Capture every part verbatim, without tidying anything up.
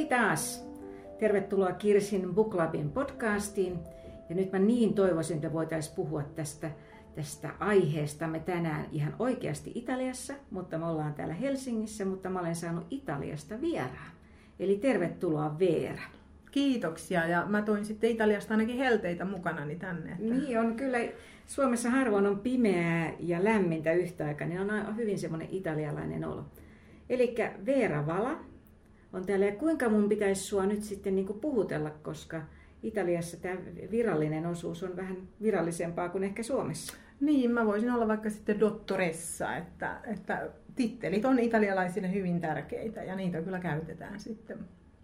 taas! Tervetuloa Kirsin Book Clubin podcastiin. Ja nyt mä niin toivoisin, että voitaisiin puhua tästä, tästä aiheestamme tänään ihan oikeasti Italiassa, mutta me ollaan täällä Helsingissä, mutta mä olen saanut Italiasta vieraan. Eli tervetuloa Veera. Kiitoksia, ja mä toin sitten Italiasta ainakin helteitä mukanani tänne. Että... Niin on kyllä, Suomessa harvoin on pimeää ja lämmintä yhtä aikaa, niin on hyvin semmoinen italialainen olo. Eli Veera Vala on täällä, ja kuinka mun pitäisi sua nyt sitten niin kuin puhutella, koska Italiassa tämä virallinen osuus on vähän virallisempaa kuin ehkä Suomessa. Niin, mä voisin olla vaikka sitten dottoressa, että, että tittelit on italialaisille hyvin tärkeitä ja niitä kyllä käytetään sitten.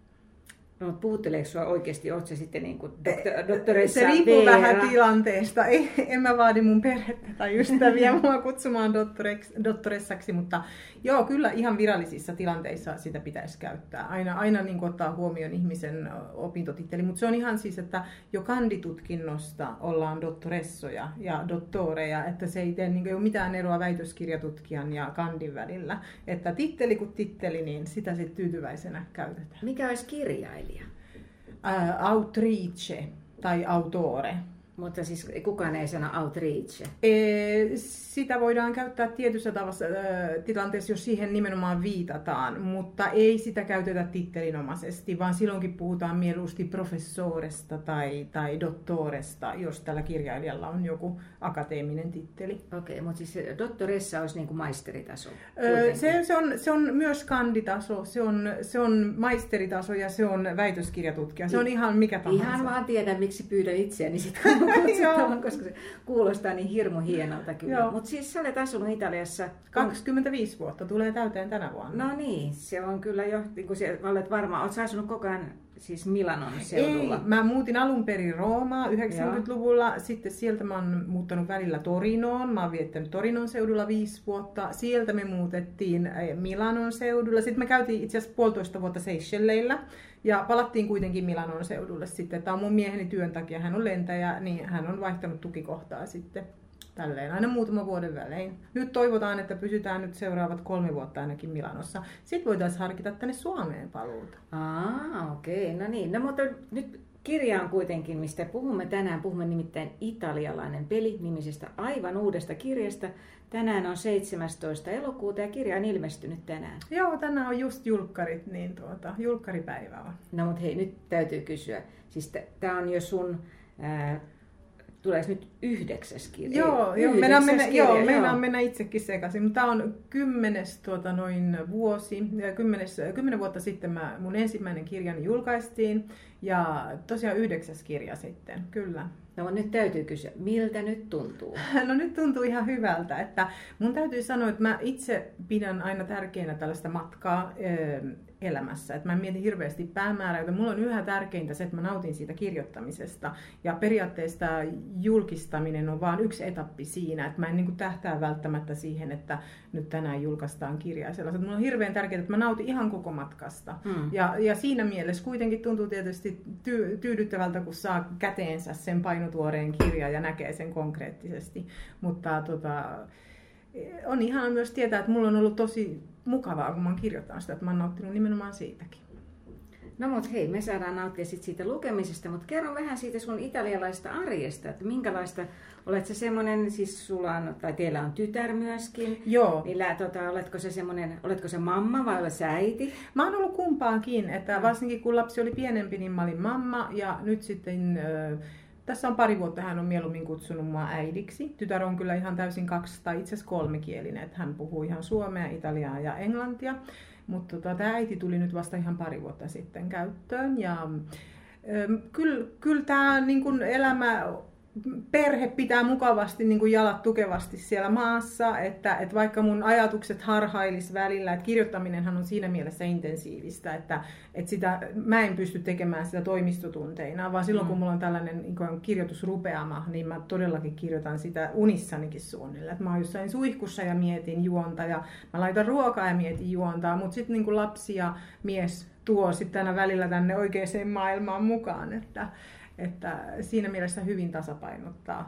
No, mutta puhutteleeko sinua oikeasti, oletko se sitten niin kuin dottoressa Se riippuu vähän tilanteesta. Ei, en mä vaadi mun perhettä tai ystäviä mua kutsumaan dottoressaksi, mutta joo, kyllä ihan virallisissa tilanteissa sitä pitäisi käyttää. Aina, aina niin kuin ottaa huomioon ihmisen opintotitteli, mutta se on ihan siis, että jo kanditutkinnosta ollaan dottoressoja ja dottoreja, että se ei tee niin kuin, ei ole mitään eroa väitöskirjatutkijan ja kandin välillä. Että titteli kuin titteli, niin sitä sitten tyytyväisenä käytetään. Mikä olisi kirjailija? Äh, autrice tai autore. Mutta siis kukaan ei sano autrice. E, sitä voidaan käyttää tietyssä tavassa, äh, tilanteessa, jos siihen nimenomaan viitataan, mutta ei sitä käytetä tittelinomaisesti, vaan silloinkin puhutaan mieluusti professoresta tai, tai dottoresta, jos tällä kirjailijalla on joku akateeminen titteli. Okei, mutta siis dottoressa olisi niin kuin maisteritaso? Öö, se, se, on, se on myös kanditaso, se on, se on maisteritaso ja se on väitöskirjatutkija. Se on ihan mikä tahansa. Ihan vaan tiedän, miksi pyydän itseäni sitä. Koska se kuulostaa niin hirmu hienolta kyllä. Mutta siis sä olet asunut Italiassa... kaksikymmentäviisi vuotta tulee täyteen tänä vuonna. No niin, se on kyllä jo, niin kuin se, olet varma, olet sä asunut koko ajan siis Milanon seudulla? Ei, mä muutin alun perin Roomaa yhdeksänkymmentäluvulla, Joo. Sitten sieltä mä oon muuttanut välillä Torinoon, mä oon viettänyt Torinon seudulla viisi vuotta, sieltä me muutettiin Milanon seudulla, sitten me käytiin itse asiassa puolitoista vuotta Seychelleillä ja palattiin kuitenkin Milanon seudulle sitten, tämä on mun mieheni työn takia, hän on lentäjä, niin hän on vaihtanut tukikohtaa sitten. Tälleen, aina muutama vuoden välein. Nyt toivotaan, että pysytään nyt seuraavat kolme vuotta ainakin Milanossa. Sitten voitaisiin harkita tänne Suomeen paluuta. Ah, okei. Okay. No niin. No, mutta nyt kirja on kuitenkin, mistä puhumme tänään. Puhumme nimittäin Italialainen peli -nimisestä aivan uudesta kirjasta. Tänään on seitsemästoista elokuuta ja kirja on ilmestynyt tänään. Joo, tänään on just julkkarit, niin tuota, julkkaripäivä on. No, mutta hei, nyt täytyy kysyä. Siis tämä on jo sun... Ää, Tuleeko nyt yhdeksäs kirja? Joo, joo mennään, mennä, kirja, joo, mennään mennä itsekin sekaisin. Mutta tämä on kymmenes tuota, noin vuosi. Ja kymmenes, kymmenen vuotta sitten mä, mun ensimmäinen kirjani julkaistiin. Ja tosiaan yhdeksäs kirja sitten, kyllä. No nyt täytyy kysyä, miltä nyt tuntuu? No nyt tuntuu ihan hyvältä. Että mun täytyy sanoa, että mä itse pidän aina tärkeänä tällaista matkaa elämässä. Että mä mietin hirveästi päämäärää, joten mulla on yhä tärkeintä se, että mä nautin siitä kirjoittamisesta. Ja periaatteessa julkistaminen on vain yksi etappi siinä, että mä en niin kuin tähtää välttämättä siihen, että nyt tänään julkaistaan kirjaa. Sellaiset. Mulla on hirveän tärkeää, että mä nautin ihan koko matkasta. Hmm. Ja, ja siinä mielessä kuitenkin tuntuu tietysti ty- tyydyttävältä, kun saa käteensä sen painotuoreen kirjan ja näkee sen konkreettisesti. Mutta tota, on ihana myös tietää, että mulla on ollut tosi mukavaa, kun mä oon kirjoittanut sitä, että mä oon nauttinut nimenomaan siitäkin. No mut hei, me saadaan nauttia sit siitä lukemisesta, mutta kerro vähän siitä sun italialaista arjesta, että minkälaista, olet sä semmonen, siis sulla on, tai teillä on tytär myöskin. Joo. Millä, tota, oletko se semmonen, oletko se mamma vai olet sä äiti? Mä oon ollut kumpaankin, että varsinkin kun lapsi oli pienempi, niin mä olin mamma ja nyt sitten... Tässä on pari vuotta hän on mieluummin kutsunut mua äidiksi. Tytär on kyllä ihan täysin kaksi tai itse asiassa kolmekielinen, että hän puhuu ihan suomea, italiaa ja englantia. Mutta tota, tämä äiti tuli nyt vasta ihan pari vuotta sitten käyttöön. Ja, ö, kyllä, kyllä tämä niin kun elämä... Perhe pitää mukavasti niin kuin jalat tukevasti siellä maassa, että, että vaikka mun ajatukset harhailis välillä, että kirjoittaminenhan on siinä mielessä intensiivistä, että, että sitä, mä en pysty tekemään sitä toimistotunteina, vaan silloin kun mulla on tällainen niin kuin kirjoitusrupeama, niin mä todellakin kirjoitan sitä unissanikin suunnilleen. Että mä oon jossain suihkussa ja mietin juonta ja mä laitan ruokaa ja mietin juontaa, mutta sitten niin kuin lapsi ja mies tuo sitten aina välillä tänne oikeaan maailmaan mukaan, että Että siinä mielessä hyvin tasapainottaa.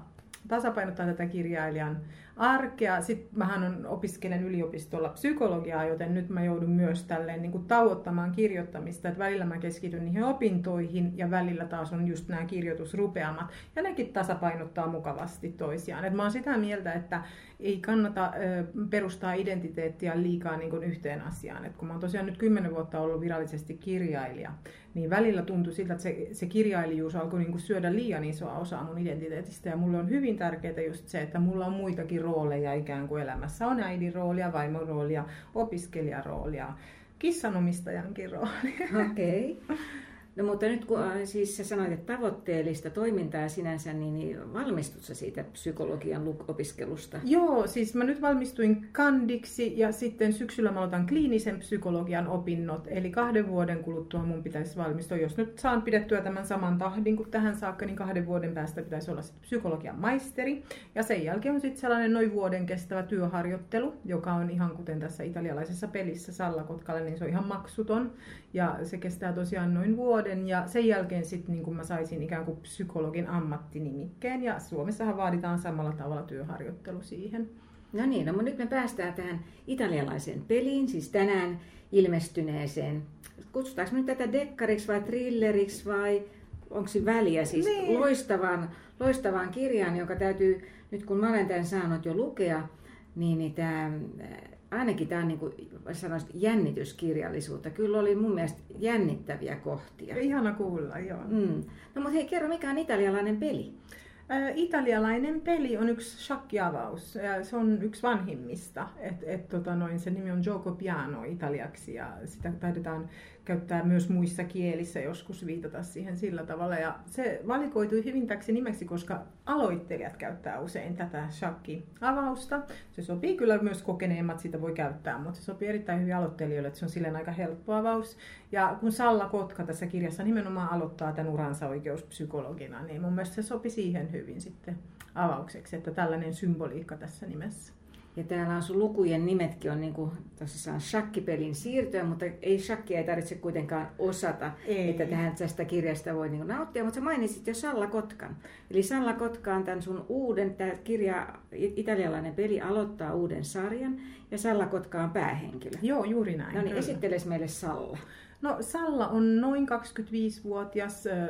tasapainottaa tätä kirjailijan arkea. Sitten mähän on, opiskelen yliopistolla psykologiaa, joten nyt mä joudun myös tälleen niin kuin tauottamaan kirjoittamista, että välillä mä keskityn niihin opintoihin ja välillä taas on just nämä kirjoitusrupeamat. Ja nekin tasapainottaa mukavasti toisiaan. Et mä oon sitä mieltä, että ei kannata ö, perustaa identiteettiä liikaa niin kuin yhteen asiaan. Et kun mä oon tosiaan nyt kymmenen vuotta ollut virallisesti kirjailija, niin välillä tuntui siltä, että se, se kirjailijuus alkoi niin kuin syödä liian isoa osaa mun identiteetistä. Ja mulle on hyvin tärkeää just se, että mulla on muitakin rooleja ikään kuin elämässä. On äidin roolia, vaimon roolia, opiskelijan roolia, kissanomistajankin roolia. Okei. Okay. No mutta nyt kun siis sä sanoit, että tavoitteellista toimintaa sinänsä, niin, niin valmistut sä siitä psykologian opiskelusta? Joo, siis mä nyt valmistuin kandiksi ja sitten syksyllä mä aloitan kliinisen psykologian opinnot. Eli kahden vuoden kuluttua mun pitäisi valmistua. Jos nyt saan pidettyä tämän saman tahdin kuin tähän saakka, niin kahden vuoden päästä pitäisi olla psykologian maisteri. Ja sen jälkeen on sitten sellainen noin vuoden kestävä työharjoittelu, joka on ihan kuten tässä italialaisessa pelissä Salla Kotkalle, niin se on ihan maksuton. Ja se kestää tosiaan noin vuoden. Ja sen jälkeen sitten niin kun mä saisin ikään kuin psykologin ammattinimikkeen. Ja Suomessahan vaaditaan samalla tavalla työharjoittelu siihen. No niin, no mutta nyt me päästään tähän italialaiseen peliin, siis tänään ilmestyneeseen. Kutsutaanko me nyt tätä dekkariksi vai thrilleriksi vai onko se väliä? Siis niin. loistavaan, loistavaan kirjaan, joka täytyy, nyt kun mä olen tämän saanut jo lukea, niin, niin tämä... Ainakin tämä on niin kuin sanoisin, jännityskirjallisuutta. Kyllä oli mun mielestä jännittäviä kohtia. Ihana kuulla, joo. Mm. No mutta hei, kerro, mikä on italialainen peli? Ä, italialainen peli on yksi shakkiavaus. Se on yksi vanhimmista. Et, et, tota noin, se nimi on gioco piano italiaksi ja sitä taidetaan käyttää myös muissa kielissä, joskus viitata siihen sillä tavalla. Ja se valikoitui hyvin täksi nimeksi, koska aloittelijat käyttää usein tätä shakki-avausta. Se sopii kyllä myös kokeneemmat, sitä voi käyttää, mutta se sopii erittäin hyvin aloittelijoille, että se on silleen aika helppo avaus. Ja kun Salla Kotka tässä kirjassa nimenomaan aloittaa tämän uransa oikeuspsykologina, niin mun mielestä se sopi siihen hyvin sitten avaukseksi, että tällainen symboliikka tässä nimessä. Ja täällä on sun lukujen nimetkin on niin kuin tosissaan shakkipelin siirtyä, mutta ei shakkia ei tarvitse kuitenkaan osata, ei. Että tähän tästä kirjasta voi niin kuin nauttia. Mutta sä mainitsit jo Salla Kotkan. Eli Salla Kotka on tämän sun uuden, tämä kirja, italialainen peli aloittaa uuden sarjan ja Salla Kotka on päähenkilö. Joo, juuri näin. No niin, esitteles meille Salla. No Salla on noin kaksikymmentäviisivuotias äh,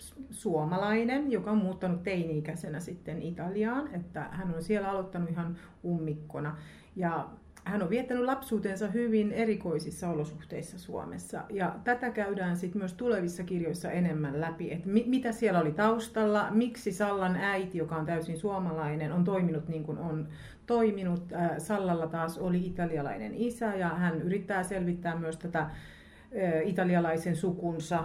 suomalainen, joka on muuttanut teini-ikäisenä sitten Italiaan. Että hän on siellä aloittanut ihan ummikkona. Ja hän on viettänyt lapsuutensa hyvin erikoisissa olosuhteissa Suomessa. Ja tätä käydään sitten myös tulevissa kirjoissa enemmän läpi, että mi- mitä siellä oli taustalla, miksi Sallan äiti, joka on täysin suomalainen, on toiminut niin kuin on toiminut. Äh, Sallalla taas oli italialainen isä ja hän yrittää selvittää myös tätä italialaisen sukunsa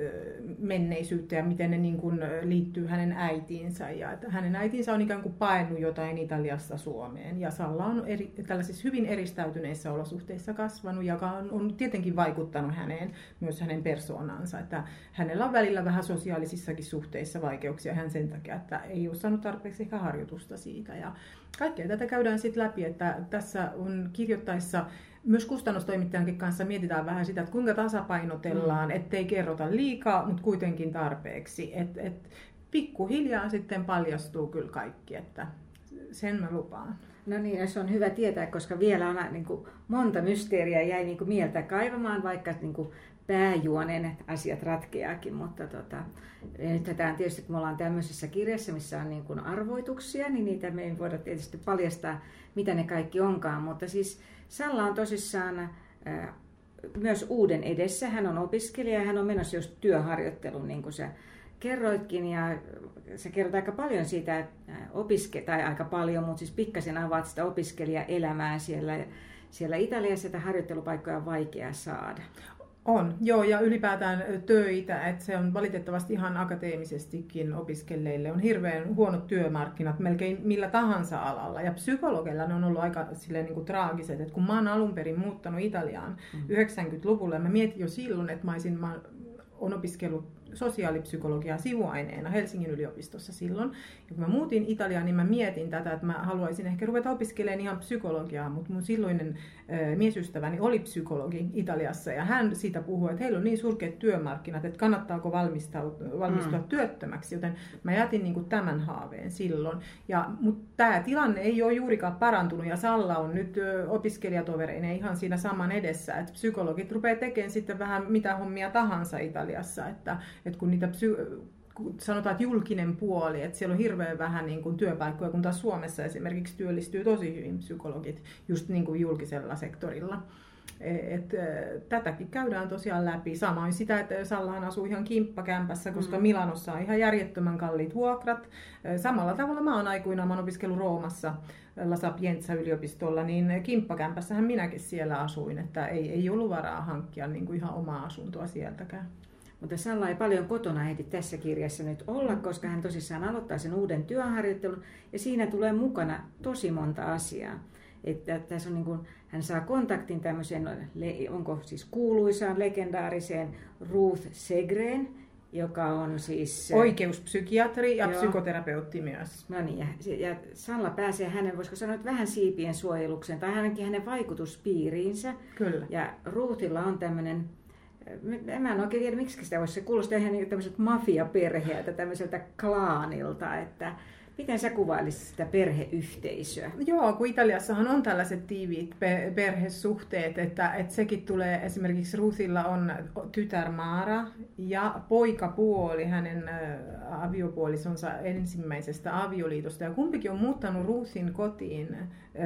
menneisyyttä ja miten ne niin kuin liittyy hänen äitiinsä. Ja että hänen äitinsä on ikään kuin paennut jotain Italiasta Suomeen. Ja Salla on eri, tällaisissa hyvin eristäytyneissä olosuhteissa kasvanut, joka on, on tietenkin vaikuttanut häneen, myös hänen persoonansa. Että hänellä on välillä vähän sosiaalisissakin suhteissa vaikeuksia hän sen takia, että ei ole saanut tarpeeksi ehkä harjoitusta siitä. Ja kaikkea tätä käydään sitten läpi, että tässä on kirjoittaessa myös kustannustoimittajankin kanssa mietitään vähän sitä, että kuinka tasapainotellaan, mm. ettei kerrota liikaa, mutta kuitenkin tarpeeksi. Et, et, pikkuhiljaa sitten paljastuu kyllä kaikki, että sen mä lupaan. No niin, ja se on hyvä tietää, koska vielä on niin kuin, monta mysteeriä jäi niin kuin, mieltä kaivamaan, vaikka niin kuin, pääjuonen asiat ratkeaakin, mutta tota, nyt tätä tietysti, kun me ollaan tämmöisessä kirjassa, missä on niin kuin arvoituksia, niin niitä me ei voida tietysti paljastaa, mitä ne kaikki onkaan, mutta siis Salla on tosissaan äh, myös uuden edessä. Hän on opiskelija ja hän on menossa just työharjoitteluun, niin kuin sä kerroitkin. Ja sä kerrot aika paljon siitä, äh, opiske- tai aika paljon, mutta siis pikkasen avaat sitä opiskelijaelämää siellä, siellä Italiassa, että harjoittelupaikkoja on vaikea saada. On, joo, ja ylipäätään töitä, että se on valitettavasti ihan akateemisestikin opiskelijoille on hirveän huonot työmarkkinat melkein millä tahansa alalla. Ja psykologeilla ne on ollut aika silleen niin kuin traagiset, että kun mä oon alun perin muuttanut Italiaan mm. yhdeksänkymmentäluvulla, ja mä mietin jo silloin, että mä olisin, mä oon opiskellut sosiaalipsykologiaa sivuaineena Helsingin yliopistossa silloin. Ja kun mä muutin Italiaan, niin mä mietin tätä, että mä haluaisin ehkä ruveta opiskelemaan ihan psykologiaa, mutta mun silloinen ä, miesystäväni oli psykologi Italiassa ja hän siitä puhui, että heillä on niin surkeat työmarkkinat, että kannattaako valmistua, valmistua mm. työttömäksi, joten mä jätin niin kuin tämän haaveen silloin. Ja, mutta tämä tilanne ei ole juurikaan parantunut ja Salla on nyt ö, opiskelijatovereineen ihan siinä saman edessä, että psykologit rupeaa tekemään sitten vähän mitä hommia tahansa Italiassa, että, että kun niitä psy- sanotaan, että julkinen puoli, että siellä on hirveän vähän niin kuin työpaikkoja, kun taas Suomessa esimerkiksi työllistyy tosi hyvin psykologit just niin kuin julkisella sektorilla. Et, et, tätäkin käydään tosiaan läpi. Samoin sitä, että Sallahan asuu ihan kimppakämpässä, koska mm. Milanossa on ihan järjettömän kalliit vuokrat. Samalla tavalla mä oon aikuinaan, mä oon opiskellut Roomassa La Sapienza-yliopistolla, niin kimppakämpässähän minäkin siellä asuin, että ei, ei ollut varaa hankkia niin kuin ihan omaa asuntoa sieltäkään. Mutta Salla ei paljon kotona ehdi tässä kirjassa nyt olla, koska hän tosissaan aloittaa sen uuden työharjoittelun ja siinä tulee mukana tosi monta asiaa. Että tässä on niin kuin, hän saa kontaktin tämmöiseen, onko siis kuuluisaan, legendaariseen Ruth Segreen, joka on siis oikeuspsykiatri ja joo, psykoterapeutti myös. No niin, ja, ja Salla pääsee hänen, voisiko sanoa, vähän siipien suojelukseen tai hänenkin hänen vaikutuspiiriinsä. Kyllä. Ja Ruthilla on tämmöinen, mä en oikein tiedä, miksi sitä voisi, se kuulostaa ihan niin tämmöiseltä mafiaperheeltä, tämmöiseltä klaanilta, että miten sä kuvailisit sitä perheyhteisöä? Joo, kun Italiassahan on tällaiset tiiviit perhesuhteet, että, että sekin tulee, esimerkiksi Ruthilla on tytär Mara ja poikapuoli hänen aviopuolisonsa ensimmäisestä avioliitosta. Ja kumpikin on muuttanut Ruthin kotiin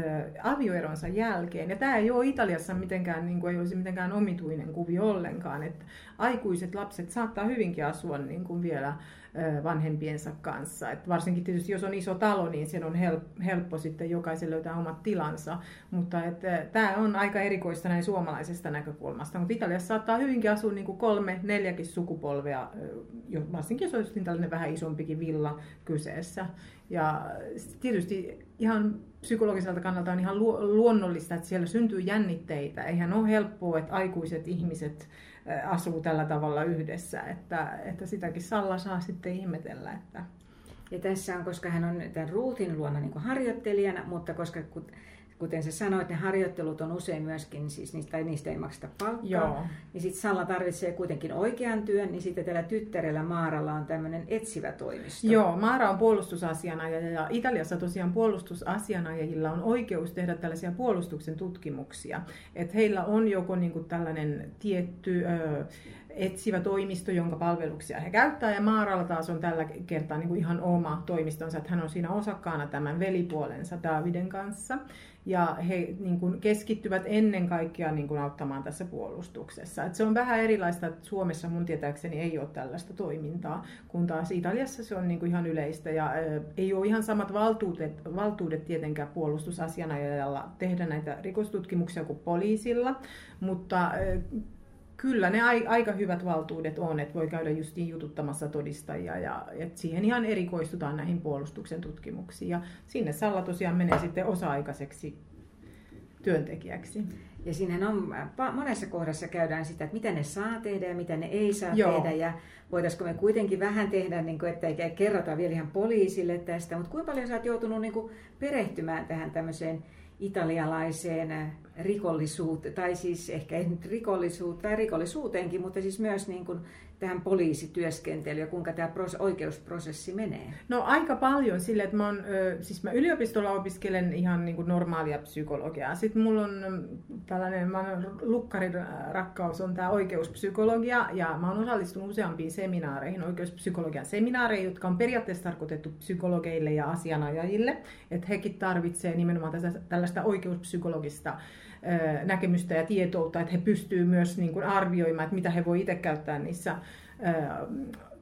avioeronsa jälkeen. Ja tämä ei ole Italiassa mitenkään, niin kuin ei olisi mitenkään omituinen kuvio ollenkaan. Että aikuiset lapset saattaa hyvinkin asua niin kuin vielä vanhempiensa kanssa. Et varsinkin tietysti jos on iso talo, niin sen on helppo sitten jokaisen löytää omat tilansa. Mutta tämä on aika erikoista näin suomalaisesta näkökulmasta. Mutta Italiassa saattaa hyvinkin asua niin kuin kolme, neljäkin sukupolvea, varsinkin jos olisi tällainen vähän isompikin villa kyseessä. Ja tietysti ihan psykologiselta kannalta on ihan luonnollista, että siellä syntyy jännitteitä. Eihän ole helppoa, että aikuiset ihmiset asuu tällä tavalla yhdessä, että, että sitäkin Salla saa sitten ihmetellä. Että. Ja tässä on, koska hän on tämän Ruthin luona niin kuin harjoittelijana, mutta koska kuten sä sanoit, ne harjoittelut on usein myöskin, siis niistä, tai niistä ei makseta palkkaa, joo, niin sitten Salla tarvitsee kuitenkin oikean työn, niin sitten tällä tyttärellä Maaralla on tämmöinen etsivä toimisto. Joo, Maara on puolustusasianajaja ja Italiassa tosiaan puolustusasianajajilla on oikeus tehdä tällaisia puolustuksen tutkimuksia. Että heillä on joko niinku tällainen tietty ö, etsivä toimisto, jonka palveluksia he käyttää, ja Maaralla taas on tällä kertaa niinku ihan oma toimistonsa, että hän on siinä osakkaana tämän velipuolensa Daviden kanssa. Ja he niin kuin keskittyvät ennen kaikkea niin kuin auttamaan tässä puolustuksessa. Et se on vähän erilaista, että Suomessa mun tietääkseni ei ole tällaista toimintaa, kun taas Italiassa se on niin kuin ihan yleistä. Ja ä, ei ole ihan samat valtuudet, valtuudet tietenkään puolustusasianajajalla tehdä näitä rikostutkimuksia kuin poliisilla, mutta ä, kyllä ne aika hyvät valtuudet on, että voi käydä justiin jututtamassa todistajia ja että siihen ihan erikoistutaan näihin puolustuksen tutkimuksiin. Ja sinne Salla tosiaan menee sitten osa-aikaiseksi työntekijäksi. Ja siinähän on, monessa kohdassa käydään sitä, että mitä ne saa tehdä ja mitä ne ei saa Joo. tehdä. Ja voitaisiko me kuitenkin vähän tehdä, niin kuin, että ei kerrota vielä ihan poliisille tästä, mutta kuinka paljon sä oot joutunut niin kuin perehtymään tähän tämmöiseen italialaiseen rikollisuuteen, tai siis ehkä ei nyt rikollisuuteen, tai rikollisuuteenkin, mutta siis myös niin kuin tähän poliisityöskentelyyn ja kuinka tämä oikeusprosessi menee? No aika paljon sille, että mä, on, siis mä yliopistolla opiskelen ihan niin kuin normaalia psykologiaa. Sitten mulla on tällainen, mä oon, lukkarin rakkaus on tämä oikeuspsykologia, ja mä oon osallistunut useampiin seminaareihin, oikeuspsykologian seminaareihin, jotka on periaatteessa tarkoitettu psykologeille ja asianajajille, että hekin tarvitsee nimenomaan tällaista oikeuspsykologista näkemystä ja tietoutta, että he pystyvät myös niin kuin arvioimaan, että mitä he voi itse käyttää niissä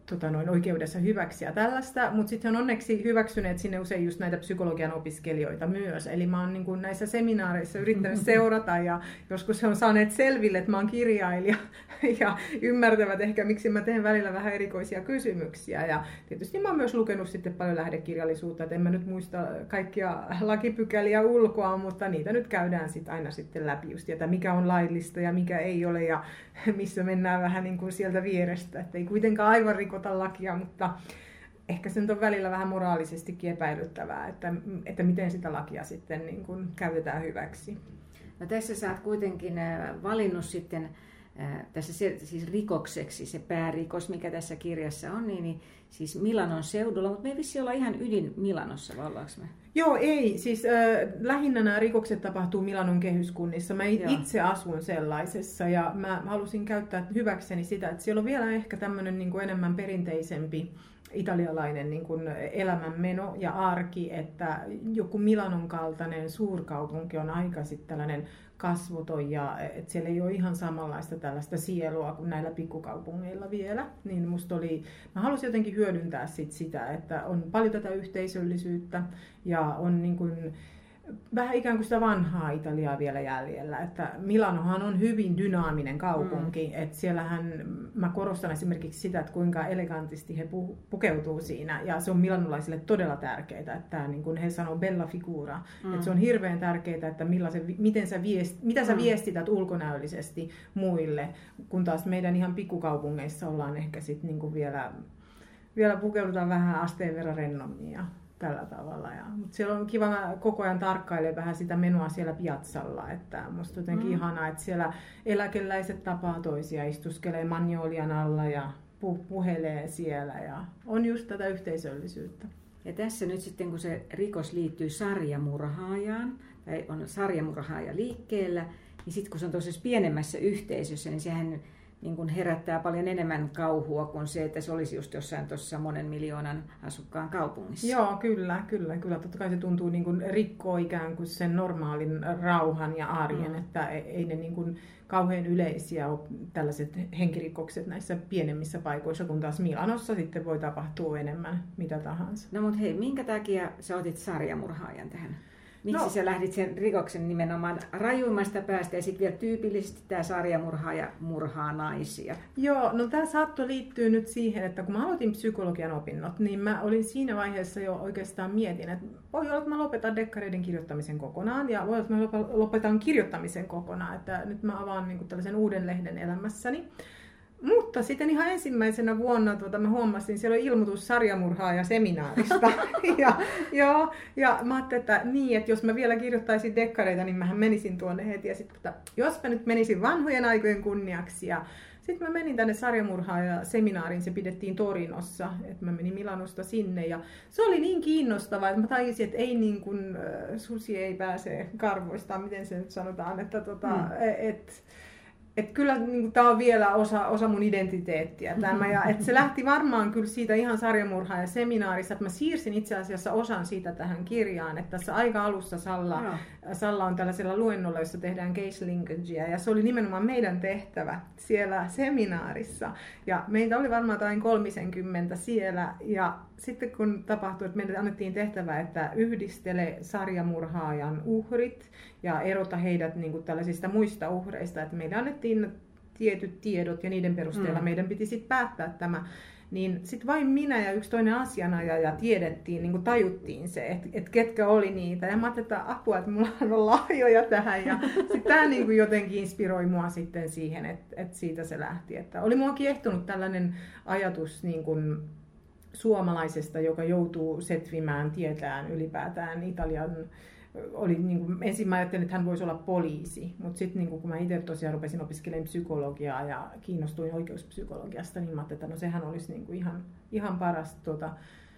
tota noin, oikeudessa hyväksi ja tällaista, mutta sitten on onneksi hyväksyneet sinne usein just näitä psykologian opiskelijoita myös. Eli mä oon niin kuin näissä seminaareissa yrittänyt seurata ja joskus he on saaneet selville, että mä oon kirjailija ja ymmärtävät ehkä, miksi mä teen välillä vähän erikoisia kysymyksiä. Ja tietysti mä oon myös lukenut sitten paljon lähdekirjallisuutta, että en mä nyt muista kaikkia lakipykäliä ulkoa, mutta niitä nyt käydään sitten aina sitten läpi just, että mikä on laillista ja mikä ei ole ja missä mennään vähän niin kuin sieltä vierestä, että ei kuitenkaan aivan rikota lakia, mutta ehkä se nyt on välillä vähän moraalisestikin epäilyttävää, että, että miten sitä lakia sitten niin kuin käytetään hyväksi. No tässä sä oot kuitenkin valinnut sitten tässä se, siis rikokseksi se päärikos, mikä tässä kirjassa on, niin, niin siis Milanon seudulla, mutta me ei vissi olla ihan ydin Milanossa, vai ollaanko me? Joo, ei. Siis äh, lähinnä nämä rikokset tapahtuu Milanon kehyskunnissa. Mä Joo. itse asun sellaisessa ja mä halusin käyttää hyväkseni sitä, että siellä on vielä ehkä tämmöinen niin kuin enemmän perinteisempi italialainen niin kuin elämänmeno ja arki, että joku Milanon kaltainen suurkaupunki on aika sitten tällainen kasvoton ja että siellä ei ole ihan samanlaista tällaista sielua kuin näillä pikkukaupungeilla vielä. Niin musta oli, mä halusin jotenkin hyödyntää sit sitä, että on paljon tätä yhteisöllisyyttä ja on niin kuin vähän ikään kuin sitä vanhaa Italiaa vielä jäljellä, että Milanohan on hyvin dynaaminen kaupunki, mm. että siellähän mä korostan esimerkiksi sitä, että kuinka elegantisti he pu- pukeutuu siinä, ja se on milanolaisille todella tärkeää, että niin kuin he sanoo bella figura, mm. että se on hirveän tärkeää, että miten sä viest, mitä sä mm. viestität ulkonäöllisesti muille, kun taas meidän ihan pikkukaupungeissa ollaan ehkä sitten niin kuin vielä, vielä pukeudutaan vähän asteen verran rennommin ja tällä tavalla. Ja, mutta siellä on kiva, mä koko ajan tarkkailen vähän sitä menoa siellä piazzalla, että musta jotenkin mm. ihanaa, että siellä eläkeläiset tapaa toisia, istuskelee magnoolian alla ja pu- puhelee siellä ja on just tätä yhteisöllisyyttä. Ja tässä nyt sitten, kun se rikos liittyy sarjamurhaajaan, tai on sarjamurhaaja liikkeellä, niin sitten kun se on tuossa pienemmässä yhteisössä, niin sehän niin kun herättää paljon enemmän kauhua kuin se, että se olisi just jossain tuossa monen miljoonan asukkaan kaupungissa. Joo, kyllä, kyllä, kyllä. Totta kai se tuntuu niin kuin rikkoo ikään kuin sen normaalin rauhan ja arjen, mm. että ei ne niin kuin kauhean yleisiä ole tällaiset henkirikokset näissä pienemmissä paikoissa, kun taas Milanossa sitten voi tapahtua enemmän mitä tahansa. No mutta hei, minkä takia sä otit sarjamurhaajan tähän? Miksi no, sä lähdit sen rikoksen nimenomaan rajuimmasta päästä ja sitten vielä tyypillisesti tämä sarjamurhaaja murhaa naisia? Joo, no tämä saatto liittyy nyt siihen, että kun mä aloitin psykologian opinnot, niin mä olin siinä vaiheessa jo oikeastaan mietin, että voi olla, että mä lopetan dekkareiden kirjoittamisen kokonaan ja voi olla, että mä lopetan kirjoittamisen kokonaan, että nyt mä avaan niin kuin tällaisen uuden lehden elämässäni. Mutta sitten ihan ensimmäisenä vuonna tuota, mä huomasin, että siellä oli ilmoitus sarjamurhaaja seminaarista. ja, joo, ja mä ajattelin, että niin, että jos mä vielä kirjoittaisin dekkareita, niin mähän menisin tuonne heti. Ja sitten, että jos mä nyt menisin vanhojen aikojen kunniaksi. Ja sitten mä menin tänne sarjamurhaaja seminaariin, se pidettiin Torinossa, että mä menin Milanosta sinne. Ja se oli niin kiinnostavaa, että mä tajusin, että ei niin kuin, susi ei pääse karvoistaan, miten se nyt sanotaan, että tota, mm. et, Että kyllä niin tämä on vielä osa, osa mun identiteettiä tämä, ja että se lähti varmaan kyllä siitä ihan sarjamurhaaja seminaarissa, että mä siirsin itse asiassa osan siitä tähän kirjaan, että tässä aika alussa Salla, no. Salla on tällaisella luennolla, jossa tehdään case linkagea, ja se oli nimenomaan meidän tehtävä siellä seminaarissa, ja meitä oli varmaan jotain kolmisenkymmentä siellä, ja sitten kun tapahtui, että meille annettiin tehtävä, että yhdistele sarjamurhaajan uhrit ja erota heidät niin kuin tällaisista muista uhreista, että meille annettiin tietyt tiedot ja niiden perusteella mm. meidän piti sitten päättää tämä, niin sitten vain minä ja yksi toinen asianajaja tiedettiin, niin kuin tajuttiin se, että, että ketkä oli niitä. Ja mä ajattelin, että apua, että mulla on lahjoja tähän. Ja sitten tämä niin kuin jotenkin inspiroi mua sitten siihen, että, että siitä se lähti. Että oli mua kiehtonut tällainen ajatus niin kuin suomalaisesta, joka joutuu setvimään tietään ylipäätään Italian. Oli, niin kuin, ensin mä ajattelin, että hän voisi olla poliisi, mutta sitten niin kun mä itse tosiaan rupesin opiskelemaan psykologiaa ja kiinnostuin oikeuspsykologiasta, niin mä ajattelin, että no sehän olisi niin kuin ihan, ihan paras tuota,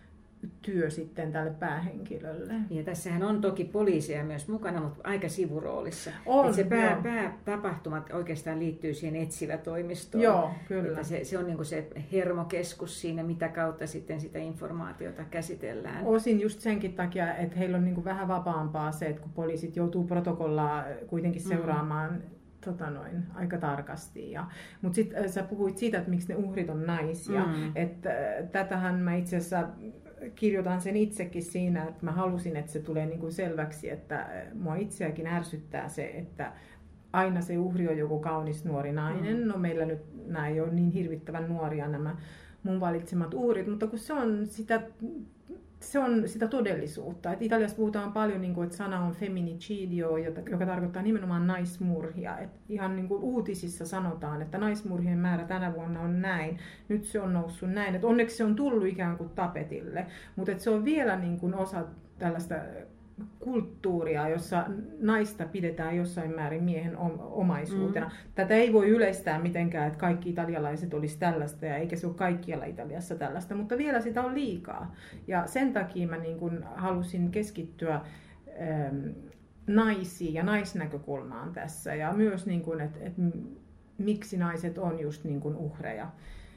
työ sitten tälle päähenkilölle. Ja tässähän on toki poliisia myös mukana, mutta aika sivuroolissa. On, se pää, päätapahtumat oikeastaan liittyy siihen etsivätoimistoon. Joo, kyllä. Että se, se on niin kuin se hermokeskus siinä, mitä kautta sitten sitä informaatiota käsitellään. Osin just senkin takia, että heillä on niin kuin vähän vapaampaa se, että kun poliisit joutuu protokollaa kuitenkin seuraamaan mm. tota noin, aika tarkasti. Ja, mutta sitten sä puhuit siitä, että miksi ne uhrit on naisia. Mm. Että tätähän mä itse asiassa kirjoitan sen itsekin siinä, että mä halusin, että se tulee niin kuin selväksi, että mua itseäkin ärsyttää se, että aina se uhri on joku kaunis nuori nainen. Mm. No meillä nyt nämä ei ole niin hirvittävän nuoria nämä mun valitsemat uhrit, mutta kun se on sitä, se on sitä todellisuutta. Et Italiassa puhutaan paljon, niin kuin, että sana on femminicidio, joka tarkoittaa nimenomaan naismurhia. Et ihan niin kuin uutisissa sanotaan, että naismurhien määrä tänä vuonna on näin, nyt se on noussut näin. Et onneksi se on tullut ikään kuin tapetille, mutta se on vielä niin kuin osa tällaista kulttuuria, jossa naista pidetään jossain määrin miehen omaisuutena. Mm. Tätä ei voi yleistää mitenkään, että kaikki italialaiset olisi tällaista, ja eikä se ole kaikkialla Italiassa tällaista, mutta vielä sitä on liikaa. Ja sen takia mä niin kun halusin keskittyä ähm, naisiin ja naisnäkökulmaan tässä, ja myös, niin kun, että, että miksi naiset on just niin kun uhreja.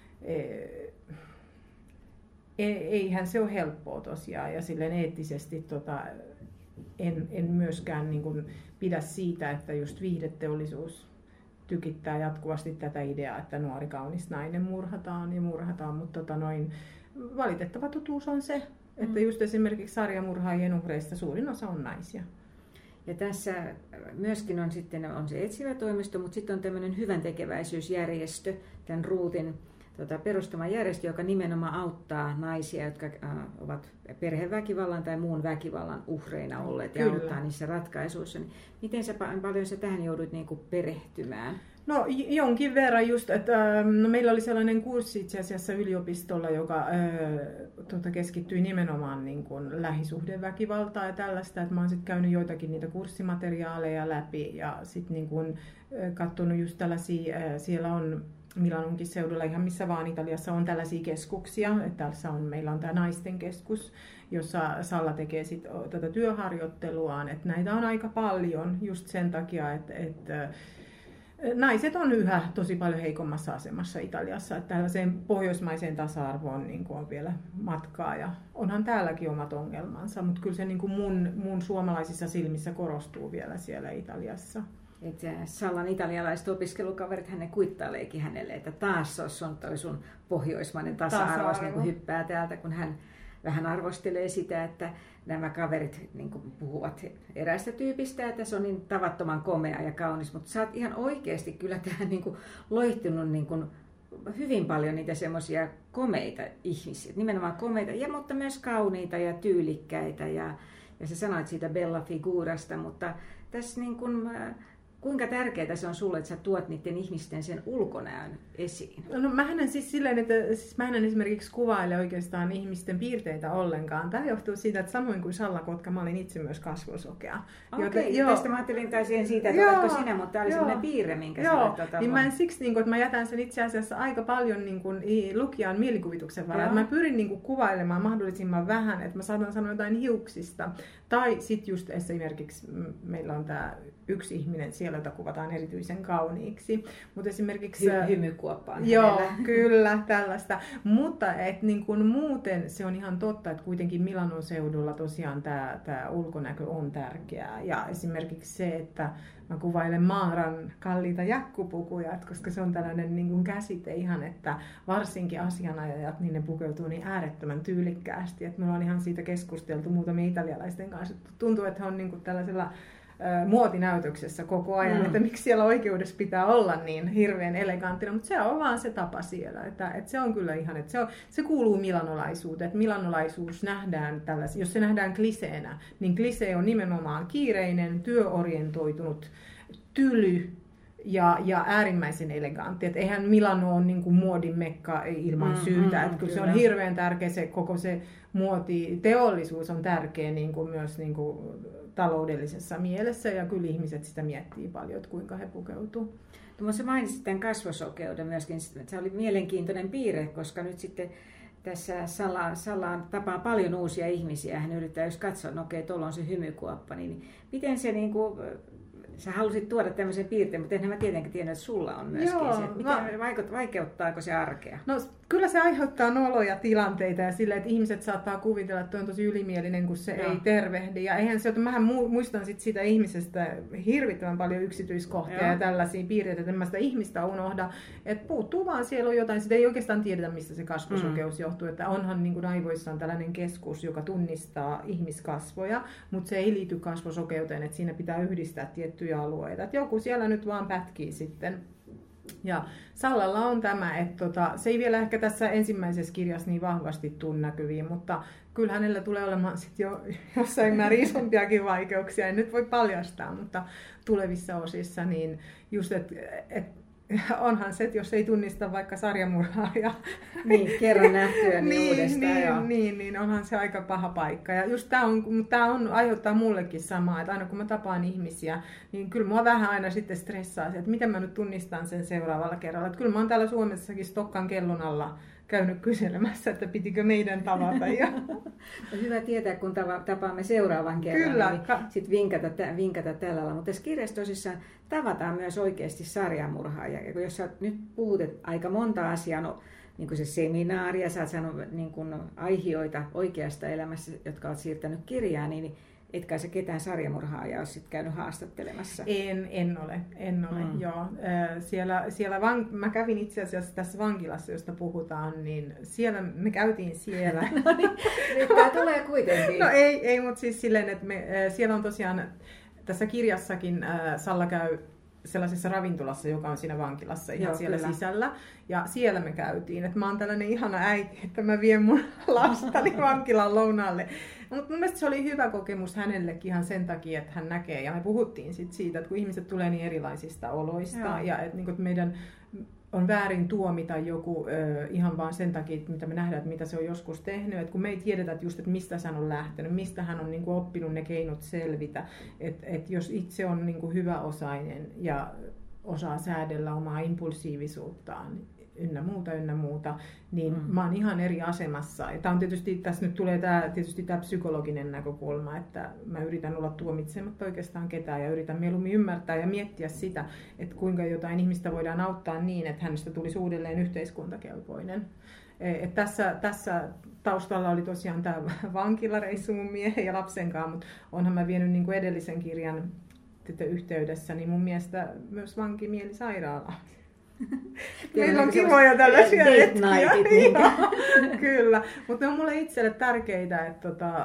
Eihän se ole helppoa tosiaan, ja silleen eettisesti tota, en, en myöskään niin kuin pidä siitä, että just viihdeteollisuus tykittää jatkuvasti tätä ideaa, että nuori kaunis nainen murhataan ja murhataan, mutta tota noin, valitettava totuus on se, että just esimerkiksi sarjamurhaajien uhreista suurin osa on naisia. Ja tässä myöskin on sitten on se etsivä toimisto, mutta sitten on tämmöinen hyväntekeväisyysjärjestö, tämän Ruutin Tota, perustama järjestö, joka nimenomaan auttaa naisia, jotka äh, ovat perheväkivallan tai muun väkivallan uhreina olleet ja Kyllä. auttaa niissä ratkaisuissa. Niin miten sä, paljon sä tähän joudut niin kuin perehtymään? No jonkin verran just, että no, meillä oli sellainen kurssi itse asiassa yliopistolla, joka äh, tuota, keskittyi nimenomaan niin kuin lähisuhdeväkivaltaan ja tällaista, että mä oon sitten käynyt joitakin niitä kurssimateriaaleja läpi ja sitten niin kuin äh, katsonut just tällaisia, äh, siellä on Milanonkin seudulla, ihan missä vaan Italiassa on tällaisia keskuksia. Tässä on, meillä on tämä naisten keskus, jossa Salla tekee sit tätä työharjoitteluaan. Että näitä on aika paljon just sen takia, että, että naiset on yhä tosi paljon heikommassa asemassa Italiassa. Että tällaiseen pohjoismaiseen tasa-arvoon niin kuin on vielä matkaa ja onhan täälläkin omat ongelmansa, mutta kyllä se niin kuin mun, mun suomalaisissa silmissä korostuu vielä siellä Italiassa. Että Sallan italialaiset opiskelukaverit, hän kuittaileekin hänelle, että taas on toi sun pohjoismainen tasa-arvo, tasa-arvo. Niin kuin hyppää täältä, kun hän vähän arvostelee sitä, että nämä kaverit niin kuin puhuvat eräästä tyypistä, että se on niin tavattoman komea ja kaunis, mutta sä oot ihan oikeasti kyllä tähän niin kuin loihtunut niin kuin hyvin paljon niitä semmoisia komeita ihmisiä, nimenomaan komeita, ja, mutta myös kauniita ja tyylikkäitä, ja, ja sä sanoit siitä Bella Figurasta, mutta tässä niin kuin, kuinka tärkeää se on sulle, että sä tuot niiden ihmisten sen ulkonäön esiin? No mähän en siis silleen, että siis mähän en esimerkiksi kuvaile oikeastaan ihmisten piirteitä ollenkaan. Tämä johtuu siitä, että samoin kuin Salla Kotka, mä olin itse myös kasvosokea. Okei, okay, tästä mä ajattelin tai siihen siitä, että joo, oletko sinä, mutta tämä oli sellainen piirre, minkä joo, sä olet. Niin mä en siksi, niin kuin, että mä jätän sen itse asiassa aika paljon niin kuin, lukijan mielikuvituksen varaan. Mä pyrin niin kuin, kuvailemaan mahdollisimman vähän, että mä saatan sanoa jotain hiuksista. Tai sitten just esimerkiksi meillä on tämä yksi ihminen siellä, jota kuvataan erityisen kauniiksi. Mutta esimerkiksi Hy- hymykuoppaan. Joo, hänellä. Kyllä, tällaista. Mutta et niin kun muuten se on ihan totta, että kuitenkin Milanon seudulla tosiaan tämä, tämä ulkonäkö on tärkeää. Ja esimerkiksi se, että mä kuvailen Maaran kalliita jakkupukuja, koska se on tällainen niin kuin käsite ihan, että varsinkin asianajajat, niin ne pukeutuu niin äärettömän tyylikkäästi. Että me ollaan ihan siitä keskusteltu muutamia italialaisten kanssa. Tuntuu, että he on niin kuin tällaisella ä, muotinäytöksessä koko ajan, mm. että miksi siellä oikeudessa pitää olla niin hirveän eleganttina, mutta se on vaan se tapa siellä. Että, että se on kyllä ihan, että se, on, se kuuluu milanolaisuuteen. Että milanolaisuus nähdään tällaisia, jos se nähdään kliseenä, niin klisee on nimenomaan kiireinen, työorientoitunut, tyly ja, ja äärimmäisen elegantti. Et eihän Milano ole niin kuin muodin mekka ilman syytä. Mm, mm, kyllä se on hirveän tärkeä, se, koko se muotiteollisuus on tärkeä niin kuin myös niin kuin taloudellisessa mielessä ja kyllä ihmiset sitä miettii paljon, että kuinka he pukeutuu. No, sä mainitsit tämän kasvosokeuden myöskin. Se oli mielenkiintoinen piirre, koska nyt sitten tässä Salla, Sallaan tapaa paljon uusia ihmisiä. Hän yrittää just katsoa, no okei, tuolla on se hymykuoppa. Niin miten se niin kuin, sä halusit tuoda tämmöisen piirteen, mutta enhän mä tietenkin tiedä, että sulla on myöskin Joo, se. Miten mä... vaikeuttaako se arkea? No kyllä se aiheuttaa noloja tilanteita ja sille, että ihmiset saattaa kuvitella, että on tosi ylimielinen, kun se Joo. ei tervehdi. Ja eihän se, että mähän muistan sit sitä ihmisestä hirvittävän paljon yksityiskohtia Joo. ja tällaisia piirteitä, että en mä sitä ihmistä unohda. Että puuttuu vaan, siellä on jotain, sitä ei oikeastaan tiedetä, mistä se kasvosokeus mm. johtuu. Että onhan niin kuin aivoissa on tällainen keskus, joka tunnistaa ihmiskasvoja, mutta se ei liity kasvosokeuteen, että siinä pitää yhdistää tiettyjä alueita. Että joku siellä nyt vaan pätkii sitten. Ja Sallalla on tämä, että tota, se ei vielä ehkä tässä ensimmäisessä kirjassa niin vahvasti tule näkyviin, mutta kyllä hänellä tulee olemaan sit jo jossain määrin isompiakin vaikeuksia, en nyt voi paljastaa, mutta tulevissa osissa niin just, että et, onhan se, että jos ei tunnista vaikka sarjamurhaa ja niin, kerran nähtyä niin, niin uudestaan. Niin, joo. niin, niin, onhan se aika paha paikka. Ja just tämä on, tää on, aiheuttaa mullekin samaa, että aina kun mä tapaan ihmisiä, niin kyllä mua vähän aina sitten stressaa se, että miten mä nyt tunnistan sen seuraavalla kerralla. Että kyllä mä oon täällä Suomessakin Stokkan kellon alla käynyt kyselemässä, että pitikö meidän tavata. Ja... Hyvä tietää, kun tapaamme seuraavan kerran, Kyllä. Eli sitten vinkata, vinkata tällä lailla. Mutta tässä kirjassa tosissaan tavataan myös oikeasti sarjamurhaajia. Jos sä nyt puhut aika monta asiaa, no, niin kuin se seminaari, ja sä oot saanut niin kuin aihioita oikeasta elämässä, jotka olet siirtänyt kirjaan, niin etkä sä ketään sarjamurhaajaa ole sitten käynyt haastattelemassa? En, en ole, en ole, mm. joo. Siellä, siellä van, mä kävin itse asiassa tässä vankilassa, josta puhutaan, niin siellä, me käytiin siellä. No niin, nyt tää tulee kuitenkin. No ei, ei mutta siis silleen, että me, siellä on tosiaan, tässä kirjassakin Salla käy sellaisessa ravintolassa, joka on siinä vankilassa ihan Joo, siellä kyllä. sisällä. Ja siellä me käytiin. Että mä oon tällainen ihana äiti, että mä vien mun lastani vankilan lounaalle. Mutta mun mielestä se oli hyvä kokemus hänellekin ihan sen takia, että hän näkee. Ja me puhuttiin sit siitä, että kun ihmiset tulee niin erilaisista oloista. Joo. Ja että niin että meidän on väärin tuomita joku ö, ihan vaan sen takia, että mitä me nähdään, että mitä se on joskus tehnyt. Että kun me ei tiedetä, että, just, että mistä hän on lähtenyt, mistä hän on niin kuin oppinut ne keinot selvitä. Että et jos itse on niin kuin hyväosainen ja osaa säädellä omaa impulsiivisuuttaan, ynnä muuta, ynnä muuta, niin mm. mä oon ihan eri asemassa. Ja tää on tietysti, tässä nyt tulee tää, tietysti tämä psykologinen näkökulma, että mä yritän olla tuomitsematta oikeastaan ketään ja yritän mieluummin ymmärtää ja miettiä sitä, että kuinka jotain ihmistä voidaan auttaa niin, että hänestä tulisi uudelleen yhteiskuntakelpoinen. Et tässä, tässä taustalla oli tosiaan tämä vankilareissu mun miehen ja lapsen kanssa, mutta onhan mä vienyt niin kuin edellisen kirjan yhteydessä, niin mun mielestä myös vankimielisairaala. Meillä on kivoja tällaisia hetkiä. Kyllä, mutta ne on mulle itselle tärkeitä, että tota,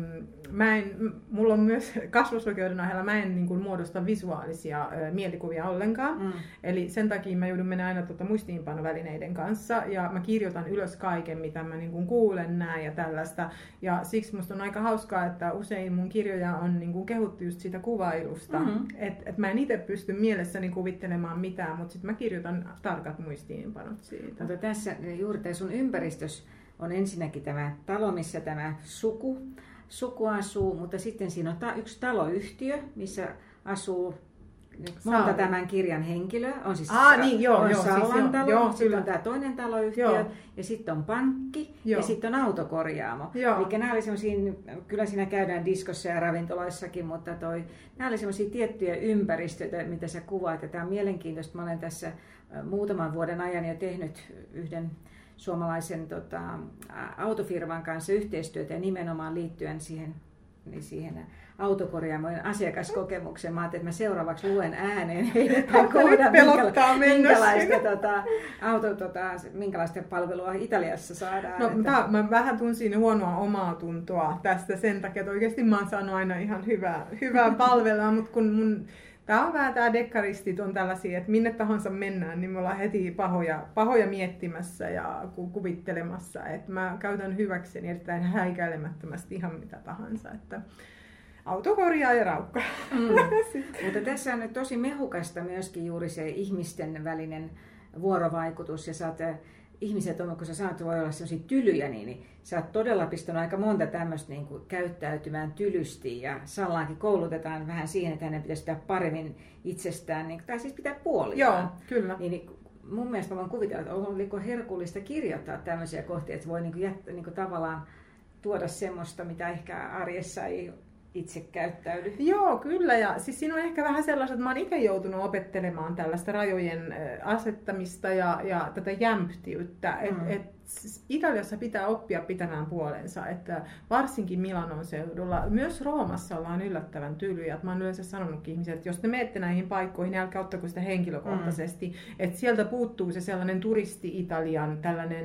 mä en, mulla on myös kasvosokeuden ohella, mä en niin kuin muodosta visuaalisia ö, mielikuvia ollenkaan. Mm. Eli sen takia mä joudun mennä aina tota, muistiinpanovälineiden kanssa ja mä kirjoitan ylös kaiken, mitä mä niin kuin kuulen, näen ja tällaista. Ja siksi musta on aika hauskaa, että usein mun kirjoja on niin kuin kehuttu just siitä kuvailusta. Mm-hmm. Että et mä en itse pysty mielessäni kuvittelemaan mitään, mutta sitten mä kirjoitan tarkat muistiinpanot siitä. Mutta tässä juuri tämä sun ympäristössä on ensinnäkin tämä talo, missä tämä suku, suku asuu, mutta sitten siinä on ta- yksi taloyhtiö, missä asuu monta Saali. Tämän kirjan henkilöä. On siis Aa, niin, joo, on joo, Sallan siis, talo, joo, sitten kyllä. on tämä toinen taloyhtiö, joo. Ja sitten on pankki, joo. Ja sitten on autokorjaamo. Joo. Eli nämä oli semmoisia, kyllä siinä käydään diskossa ja ravintoloissakin, mutta toi, nämä oli semmoisia tiettyjä ympäristöitä, mitä sä kuvaat. Ja tämä on mielenkiintoista. Mä olen tässä muutaman vuoden ajan jo tehnyt yhden suomalaisen tota, autofirman kanssa yhteistyötä ja nimenomaan liittyen siihen, niin siihen autokorjaamojen asiakaskokemukseen. Mä ajattelin, että mä seuraavaksi luen ääneen heidät kohdan, minkäla- minkälaista, tota, auto, tota, minkälaista palvelua Italiassa saadaan. No, että... tää, mä vähän tunsin huonoa omaa tuntoa tästä sen takia, että oikeasti mä oon saanut aina ihan hyvää, hyvää palvelua, mutta kun mun Tämä on vähän tämä dekkaristit on tällaisia, että minne tahansa mennään, niin me ollaan heti pahoja, pahoja miettimässä ja kuvittelemassa. Että mä käytän hyväkseni erittäin häikäilemättömästi ihan mitä tahansa. Että autokorjaa ja raukka. Mm. Mutta tässä on nyt tosi mehukasta myöskin juuri se ihmisten välinen vuorovaikutus. Ja saat, ihmiset on, kun sä saat, voi olla sellaisia tylyjä, niin, niin sä oot todella pistänyt aika monta tämmöistä niin kuin käyttäytymään tylysti. Ja Sallaankin koulutetaan vähän siihen, että hänen pitäisi pitää paremmin itsestään, niin, tai siis pitää puoliaan. Joo, kyllä. Niin, niin, mun mielestä mä voin kuvitella, että oliko herkullista kirjoittaa tämmöisiä kohtia, että voi niin kuin jättä, niin kuin tavallaan tuoda semmoista, mitä ehkä arjessa ei itse käyttäydy. Joo, kyllä. Ja siis siinä on ehkä vähän sellaista, että mä oon itse joutunut opettelemaan tällaista rajojen asettamista ja, ja tätä jämptiyttä. Mm. Et, et, Italiassa pitää oppia pitämään puolensa, että varsinkin Milanon seudulla, myös Roomassa ollaan yllättävän tylyjä. Mä oon yleensä sanonutkin ihmisille, että jos te menette näihin paikkoihin, niin älkää ottako sitä henkilökohtaisesti. Mm. Että sieltä puuttuu se sellainen turisti-Italian tällainen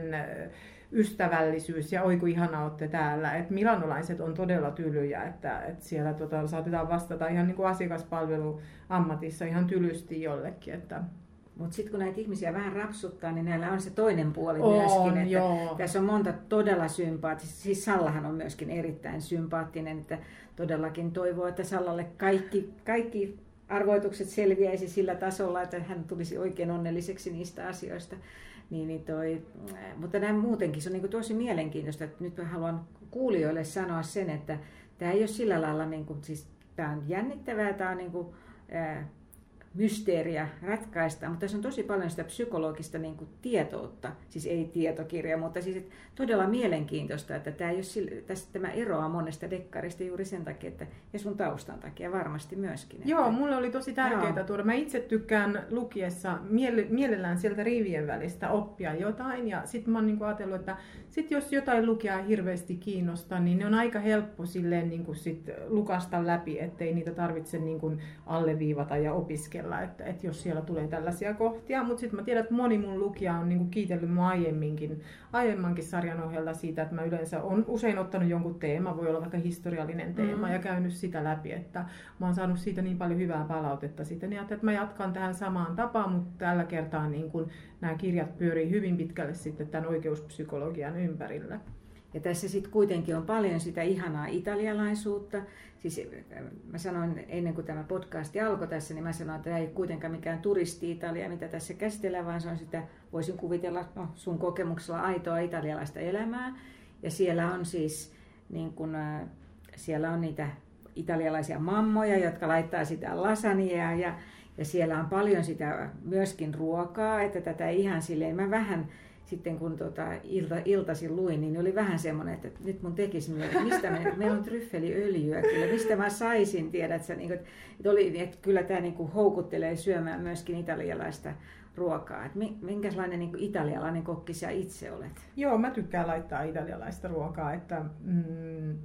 ystävällisyys ja oi kun ihana olette täällä. Et milanolaiset on todella tylyjä, että, että siellä tota, saatetaan vastata ihan niin kuin asiakaspalveluammatissa ihan tylysti jollekin. Että mutta sitten kun näitä ihmisiä vähän rapsuttaa, niin näillä on se toinen puoli on, myöskin. Että joo. Tässä on monta todella sympaattista. Siis Sallahan on myöskin erittäin sympaattinen, että todellakin toivoo, että Sallalle kaikki, kaikki arvoitukset selviäisi sillä tasolla, että hän tulisi oikein onnelliseksi niistä asioista. Niin, niin toi, mutta näin muutenkin se on niin tosi mielenkiintoista, että nyt haluan kuulijoille sanoa sen, että tämä ei ole sillä lailla, niin kuin, siis tämä on jännittävää, tämä on niin kuin, ää, mysteeriä ratkaista, mutta tässä on tosi paljon sitä psykologista niin kuin tietoutta, siis ei tietokirja, mutta siis todella mielenkiintoista, että tämä, ei ole sillä, tässä, tämä eroaa monesta dekkarista juuri sen takia, että, ja sun taustan takia varmasti myöskin. Että joo, mulle oli tosi tärkeää tuoda. Mä itse tykkään lukiessa mielellään sieltä rivien välistä oppia jotain, ja sitten mä oon niin kuin ajatellut, että sit jos jotain lukijaa hirveästi kiinnostaa, niin ne on aika helppo silleen niin kuin sit lukasta läpi, ettei niitä tarvitse niin kuin alleviivata ja opiskella. Että, että jos siellä tulee tällaisia kohtia, mutta sitten mä tiedän, että moni mun lukija on niinku kiitellyt mua aiemminkin, aiemmankin sarjan ohella siitä, että mä yleensä on usein ottanut jonkun teema, voi olla vaikka historiallinen teema, mm. ja käynyt sitä läpi, että mä oon saanut siitä niin paljon hyvää palautetta siitä, niin että mä jatkan tähän samaan tapaan, mutta tällä kertaa niin kun nämä kirjat pyörii hyvin pitkälle sitten tämän oikeuspsykologian ympärillä. Ja tässä sitten kuitenkin on paljon sitä ihanaa italialaisuutta. Siis mä sanoin ennen kuin tämä podcast alkoi tässä, niin mä sanoin, että tämä ei ole kuitenkaan mikään turisti-Italia, mitä tässä käsitellään, vaan se on sitä, voisin kuvitella no, sun kokemuksella aitoa italialaista elämää. Ja siellä on siis niin kun, äh, siellä on niitä italialaisia mammoja, jotka laittaa sitä lasagnea ja, ja siellä on paljon sitä myöskin ruokaa, että tätä ihan silleen, mä vähän sitten kun tota ilta, iltaisin luin, niin oli vähän semmoinen, että nyt mun tekisi mieli, että mistä me, meillä on tryffeliöljyä kyllä, mistä mä saisin, tiedätkö, niin kuin, että, oli, että kyllä tämä niin kuin houkuttelee syömään myöskin italialaista ruokaa. Että minkälainen niin kuin italialainen kokki sä itse olet? Joo, mä tykkään laittaa italialaista ruokaa, että mm,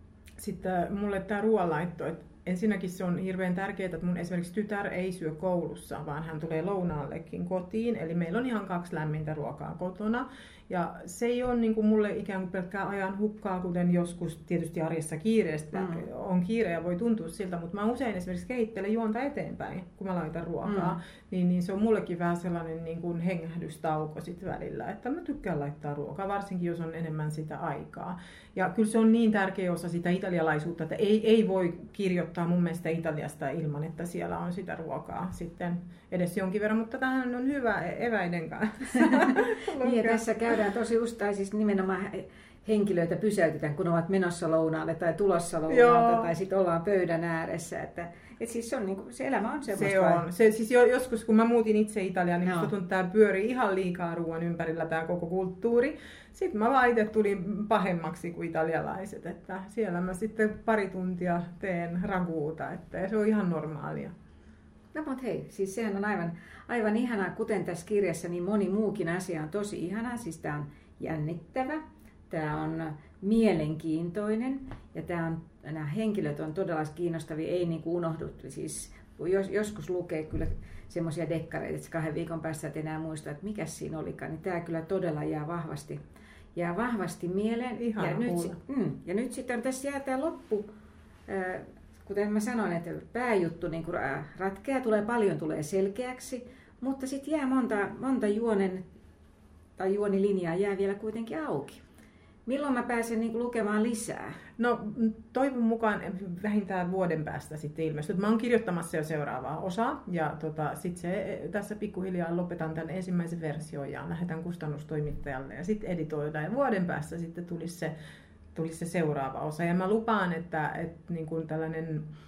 sitten mulle tämä ruoanlaitto, että ensinnäkin se on hirveän tärkeää, että mun esimerkiksi tytär ei syö koulussa, vaan hän tulee lounaallekin kotiin. Eli meillä on ihan kaksi lämmintä ruokaa kotona. Ja se ei ole niin kuin mulle ikään kuin pelkkää ajan hukkaa, kuten joskus tietysti arjessa kiireestä mm. on kiire ja voi tuntua siltä, mutta mä usein esimerkiksi kehittelen juonta eteenpäin, kun mä laitan ruokaa. Mm. Niin, niin se on mullekin vähän sellainen niin kuin hengähdystauko sit välillä, että mä tykkään laittaa ruokaa, varsinkin jos on enemmän sitä aikaa. Ja kyllä se on niin tärkeä osa sitä italialaisuutta, että ei, ei voi kirjoittaa mun mielestä Italiasta ilman, että siellä on sitä ruokaa sitten edes jonkin verran, mutta tähän on hyvä eväiden kanssa. Niin, ja tässä käydään tosi usein, siis nimenomaan henkilöitä pysäytetään, kun ovat menossa lounaalle tai tulossa lounaalta tai sitten ollaan pöydän ääressä. Että, et siis se, on, niin kuin, se elämä on semmoista. Se on. Se, siis joskus kun mä muutin itse Italiaan, niin musta tuntuu, että tämä pyörii ihan liikaa ruoan ympärillä tämä koko kulttuuri. Sitten mä vaan itse tulin pahemmaksi kuin italialaiset, että siellä mä sitten pari tuntia teen raguuta, että se on ihan normaalia. No mutta hei, siis sehän on aivan, aivan ihanaa, kuten tässä kirjassa, niin moni muukin asia on tosi ihanaa. Siis tämä on jännittävä, tämä on mielenkiintoinen ja tämä on, nämä henkilöt on todella kiinnostavia, ei niin kuin unohdu. Siis jos, joskus lukee kyllä semmoisia dekkareita, että kahden viikon päästä et enää muista, että mikä siinä olikaan, niin tämä kyllä todella jää vahvasti, jää vahvasti mieleen. Ihana ja, nyt, mm, ja nyt sitten tässä jää tämä loppu. Äh, Kuten mä sanoin, että pääjuttu niin kun ratkeaa, tulee paljon, tulee selkeäksi, mutta sitten jää monta, monta juonen tai juonilinjaa jää vielä kuitenkin auki. Milloin mä pääsen niin kun lukemaan lisää? No toivon mukaan vähintään vuoden päästä sitten ilmestyy. Mä oon kirjoittamassa jo seuraavaa osaa ja tota, sitten se tässä pikkuhiljaa lopetan tämän ensimmäisen version ja lähetän kustannustoimittajalle ja sitten editoidaan ja vuoden päästä sitten tulisi se tulisi se seuraava osa. Ja mä lupaan, että, että niin kuin tällainen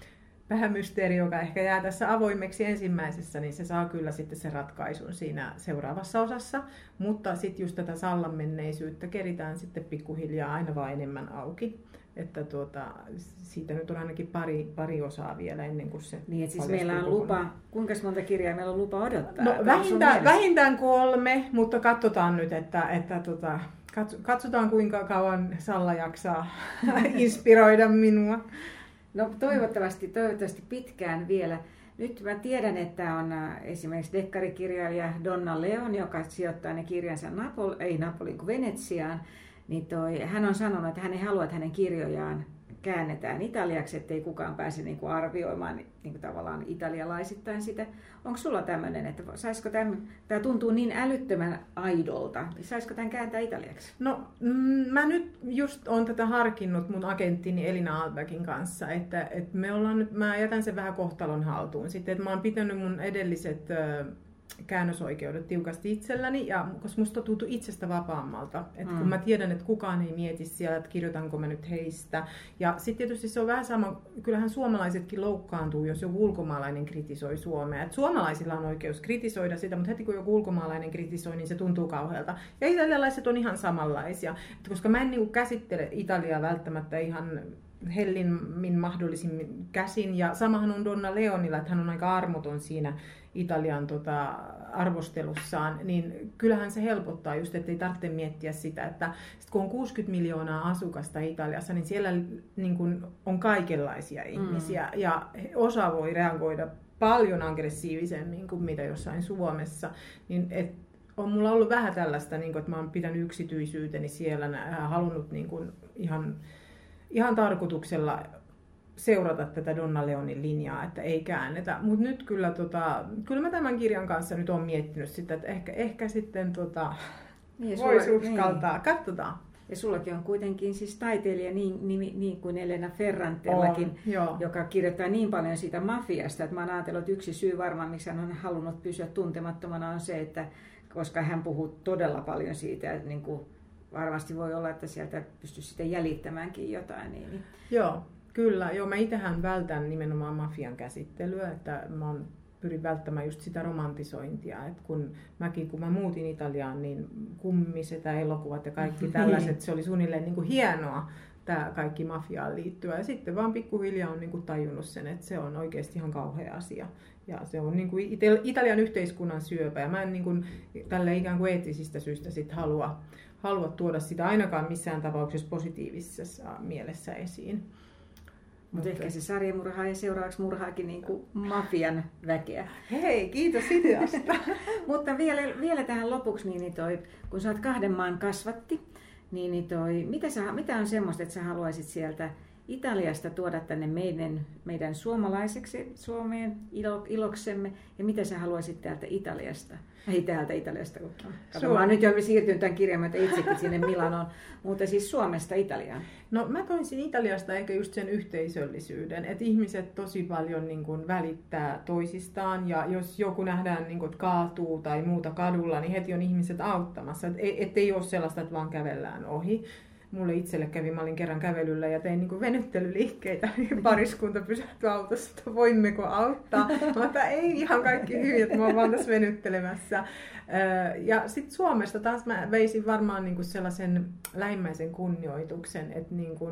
päämysteeri, joka ehkä jää tässä avoimeksi ensimmäisessä, niin se saa kyllä sitten sen ratkaisun siinä seuraavassa osassa. Mutta sitten just tätä Sallan menneisyyttä keritään sitten pikkuhiljaa aina vaan enemmän auki. Että tuota, siitä nyt on ainakin pari, pari osaa vielä ennen kuin se niin, siis meillä on lupa, kuinka monta kirjaa meillä on lupa odottaa? No, vähintään, vähintään kolme, mutta katsotaan nyt, että, että tota, katsotaan kuinka kauan Salla jaksaa inspiroida minua. No toivottavasti, toivottavasti pitkään vielä. Nyt mä tiedän, että on esimerkiksi dekkarikirjailija Donna Leon, joka sijoittaa ne kirjansa Napoli, ei Napoliin kuin Venetsiaan. Niin toi, hän on sanonut, että hän ei halua, että hänen kirjojaan käännetään italiaksi, ettei kukaan pääse niin kuin arvioimaan niin kuin tavallaan italialaisittain sitä. Onko sulla tämmöinen, että saisiko tämän, tämä tuntuu niin älyttömän aidolta, saisiko tämän kääntää italiaksi? No mm, mä nyt just on tätä harkinnut mun agenttini Elina Albergin kanssa, että, että me ollaan nyt, mä jätän sen vähän kohtalon haltuun sitten, että mä oon pitänyt mun edelliset käännösoikeudet tiukasti itselläni, ja koska musta tuntuu itsestä vapaammalta, että mm. kun mä tiedän, että kukaan ei mieti siellä, että kirjoitanko mä nyt heistä. Ja sitten tietysti se on vähän sama, kyllähän suomalaisetkin loukkaantuu, jos joku ulkomaalainen kritisoi Suomea. Et suomalaisilla on oikeus kritisoida sitä, mutta heti kun joku ulkomaalainen kritisoi, niin se tuntuu kauhealta. Ja italialaiset on ihan samanlaisia, että koska mä en niinku käsittele Italiaa välttämättä ihan hellimmin mahdollisimmin käsin, ja samahan on Donna Leonilla, että hän on aika armoton siinä Italian tota, arvostelussaan, niin kyllähän se helpottaa just, ettei tarvitse miettiä sitä, että sit kun on kuusikymmentä miljoonaa asukasta Italiassa, niin siellä niin kun on kaikenlaisia ihmisiä, mm. ja osa voi reagoida paljon aggressiivisemmin kuin mitä jossain Suomessa, niin et, on mulla ollut vähän tällaista, niin kun, että mä oon pitänyt yksityisyyteni siellä, halunnut niin kun, ihan ihan tarkoituksella seurata tätä Donna Leonin linjaa, että ei käännetä. Mutta nyt kyllä, tota, kyllä mä tämän kirjan kanssa nyt olen miettinyt sitä, että ehkä, ehkä sitten tota, niin, voisi uskaltaa. Niin. Katsotaan. Ja sullakin on kuitenkin siis taiteilija niin, niin, niin kuin Elena Ferrantellakin, on, joka kirjoittaa niin paljon siitä mafiasta, että mä oon ajatellut, että yksi syy varmaan, miksi hän on halunnut pysyä tuntemattomana, on se, että koska hän puhuu todella paljon siitä, että niin kuin varmasti voi olla, että sieltä pystyisi sitten jäljittämäänkin jotain. Niin, niin. Joo, kyllä. Joo, mä itsehän vältän nimenomaan mafian käsittelyä, että mä on, pyrin välttämään just sitä romantisointia. Et kun mäkin, kun mä muutin Italiaan, niin kummisetä elokuvat ja kaikki tällaiset, se oli suunnilleen niin kuin hienoa, tämä kaikki mafiaan liittyvä. Ja sitten vaan pikkuhiljaa on niin kuin tajunnut sen, että se on oikeasti ihan kauhea asia. Ja se on niin kuin Italian yhteiskunnan syöpä, ja mä en niin kuin tälle ikään kuin eettisistä syistä sit halua halua tuoda sitä ainakaan missään tapauksessa positiivisessa mielessä esiin. Mutta ehkä se sarjamurhaa ja seuraavaksi murhaakin niin kuin mafian väkeä. Hei, kiitos ideasta. Mutta vielä, vielä tähän lopuksi, niin toi, kun sä oot kahden maan kasvatti, niin toi, mitä, sä, mitä on semmoista, että sä haluaisit sieltä Italiasta tuoda tänne meidän, meidän suomalaiseksi, Suomeen ilo, iloksemme, ja mitä sä haluaisit täältä Italiasta? Ei täältä Italiasta, kun kato, mä oon nyt jo siirtynyt tämän kirjan myötä itsekin sinne Milanoon, mutta siis Suomesta Italiaan. No mä toisin Italiasta ehkä just sen yhteisöllisyyden, että ihmiset tosi paljon niin kuin välittää toisistaan, ja jos joku nähdään niin kuin, että kaatuu tai muuta kadulla, niin heti on ihmiset auttamassa, että et ei ole sellaista, että vaan kävellään ohi. Mulle itselle kävi, mä olin kerran kävelyllä ja tein niin venyttelyliikkeitä, niin pariskunta pysähtyi autossa, että voimmeko auttaa. Mutta ei ihan kaikki hyvin, että mä oon vaan tässä venyttelemässä. Ja sitten Suomesta taas mä veisin varmaan niin kuin sellaisen lähimmäisen kunnioituksen, että niin kuin,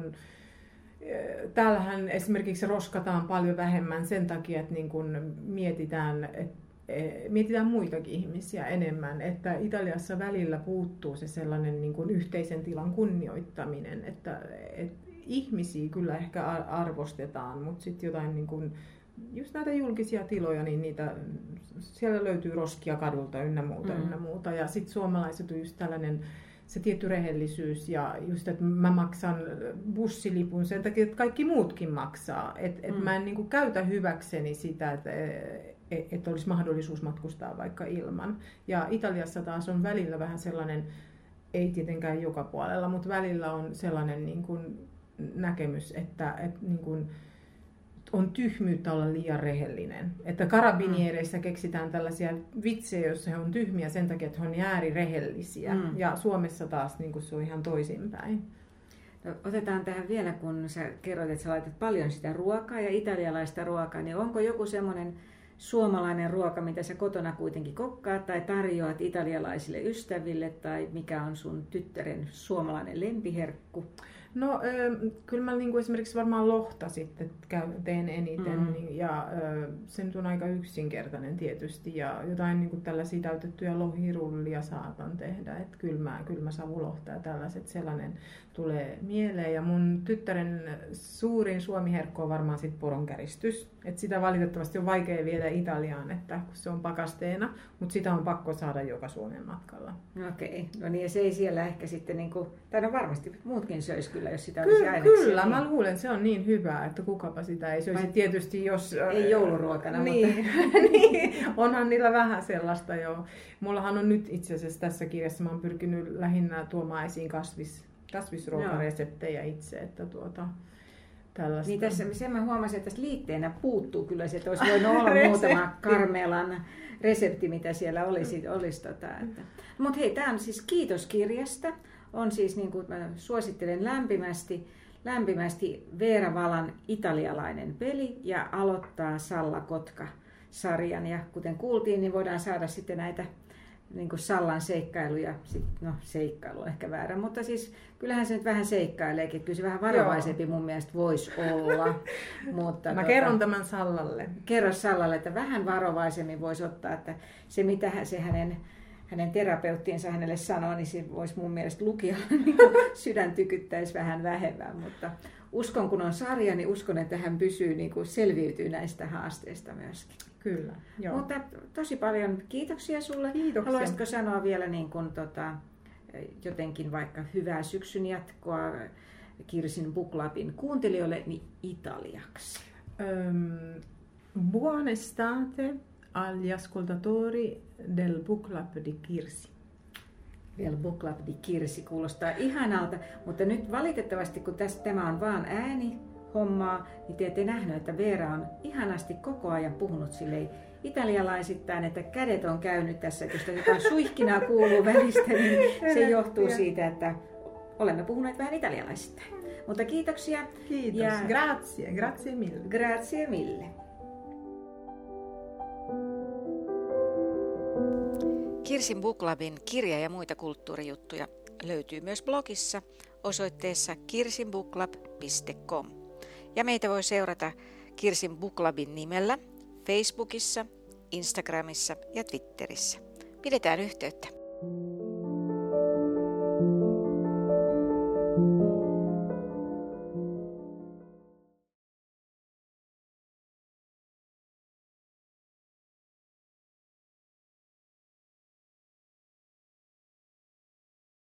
täällähän esimerkiksi roskataan paljon vähemmän sen takia, että niin kuin mietitään, että mietitään muitakin ihmisiä enemmän, että Italiassa välillä puuttuu se sellainen niin kuin yhteisen tilan kunnioittaminen, että, että ihmisiä kyllä ehkä arvostetaan, mutta sitten jotain niin kuin, just näitä julkisia tiloja, niin niitä, siellä löytyy roskia kadulta ynnä muuta, mm. ynnä muuta. Ja sitten suomalaiset on just tällainen se tietty rehellisyys ja just, että mä maksan bussilipun sen takia, että kaikki muutkin maksaa. Että et mm. mä en niin kuin käytä hyväkseni sitä, että että olisi mahdollisuus matkustaa vaikka ilman. Ja Italiassa taas on välillä vähän sellainen, ei tietenkään joka puolella, mutta välillä on sellainen niin kuin näkemys, että, että niin kuin on tyhmyyttä olla liian rehellinen. Että karabiniereissä keksitään tällaisia vitsejä, joissa he on tyhmiä sen takia, että he on äärirehellisiä. Mm. Ja Suomessa taas niin kuin se on ihan toisinpäin. No, otetaan tähän vielä, kun sä kerroit, että sä laitat paljon sitä ruokaa ja italialaista ruokaa, niin onko joku semmoinen suomalainen ruoka, mitä sä kotona kuitenkin kokkaat tai tarjoat italialaisille ystäville, tai mikä on sun tyttären suomalainen lempiherkku? No kyllä mä niin kuin esimerkiksi varmaan lohta sitten teen eniten mm. ja se nyt on aika yksinkertainen tietysti ja jotain niin kuin tällaisia täytettyjä lohirullia saatan tehdä, että kylmää, kylmä savulohta ja tällaiset sellainen tulee mieleen ja mun tyttären suurin suomiherkku on varmaan sitten poronkäristys, että sitä valitettavasti on vaikea viedä Italiaan, että kun se on pakasteena, mutta sitä on pakko saada joka Suomen matkalla. Okei, no niin ja se ei siellä ehkä sitten, niin kuin, tai no varmasti muutkin söisi kyllä, jos sitä Kyllä, olisi aineksi. kyllä niin. Mä luulen, se on niin hyvää, että kukapa sitä ei söisi. Tietysti jos... Ei jouluruokana, niin, mutta... niin, onhan niillä vähän sellaista jo. Mullahan on nyt itse asiassa tässä kirjassa, mä oon pyrkinyt lähinnä tuomaan esiin kasvis, kasvisruokareseptejä itse, että tuota... Tällaista. Niin tässä sen mä huomasin, että tässä liitteenä puuttuu kyllä se, että olisi voinut olla muutama Carmelan resepti, mitä siellä olisi. olisi tota, että. Mutta hei, tämä on siis kiitos kirjasta. On siis, niin kuin mä suosittelen lämpimästi, lämpimästi Veera Valan italialainen peli ja aloittaa Salla Kotka-sarjan. Ja kuten kuultiin, niin voidaan saada sitten näitä niin kuin Sallan seikkailuja, no seikkailu on ehkä väärä, mutta siis kyllähän se nyt vähän seikkaileekin, kyllä se vähän varovaisempi Joo. mun mielestä voisi olla. Mutta Mä tuota, kerron tämän Sallalle. Kerro Sallalle, että vähän varovaisemmin voisi ottaa, että se mitä se hänen, hänen terapeuttiinsa hänelle sanoo, niin se voisi mun mielestä lukea, niin sydän tykyttäisi vähän vähemmän, mutta uskon kun on sarja, niin uskon, että hän pysyy, niin kuin selviytyy näistä haasteista myöskin. Kyllä, joo. Mutta tosi paljon kiitoksia sulle. Kiitoksia. Haluaisitko sanoa vielä niin kuin, tota, jotenkin vaikka hyvää syksyn jatkoa Kirsin Book Clubin kuuntelijoille niin italiaksi? Um, buon estate agli ascoltatori del Book Club di Kirsi. Del Book Club di Kirsi kuulostaa ihanalta, mutta nyt valitettavasti kun tästä, tämä on vaan ääni, hommaa, niin te ette nähnyt, että Veera on ihanasti koko ajan puhunut silleen italialaisittain, että kädet on käynyt tässä, koska jotain suihkinaa kuuluu välistä, niin se johtuu siitä, että olemme puhuneet vähän italialaisittain. Mutta kiitoksia. Kiitos. Ja grazie, grazie mille. Grazie mille. Kirsin Book Clubin kirja ja muita kulttuurijuttuja löytyy myös blogissa osoitteessa kirsinbookclub piste com. Ja meitä voi seurata Kirsin Book Clubin nimellä Facebookissa, Instagramissa ja Twitterissä. Pidetään yhteyttä.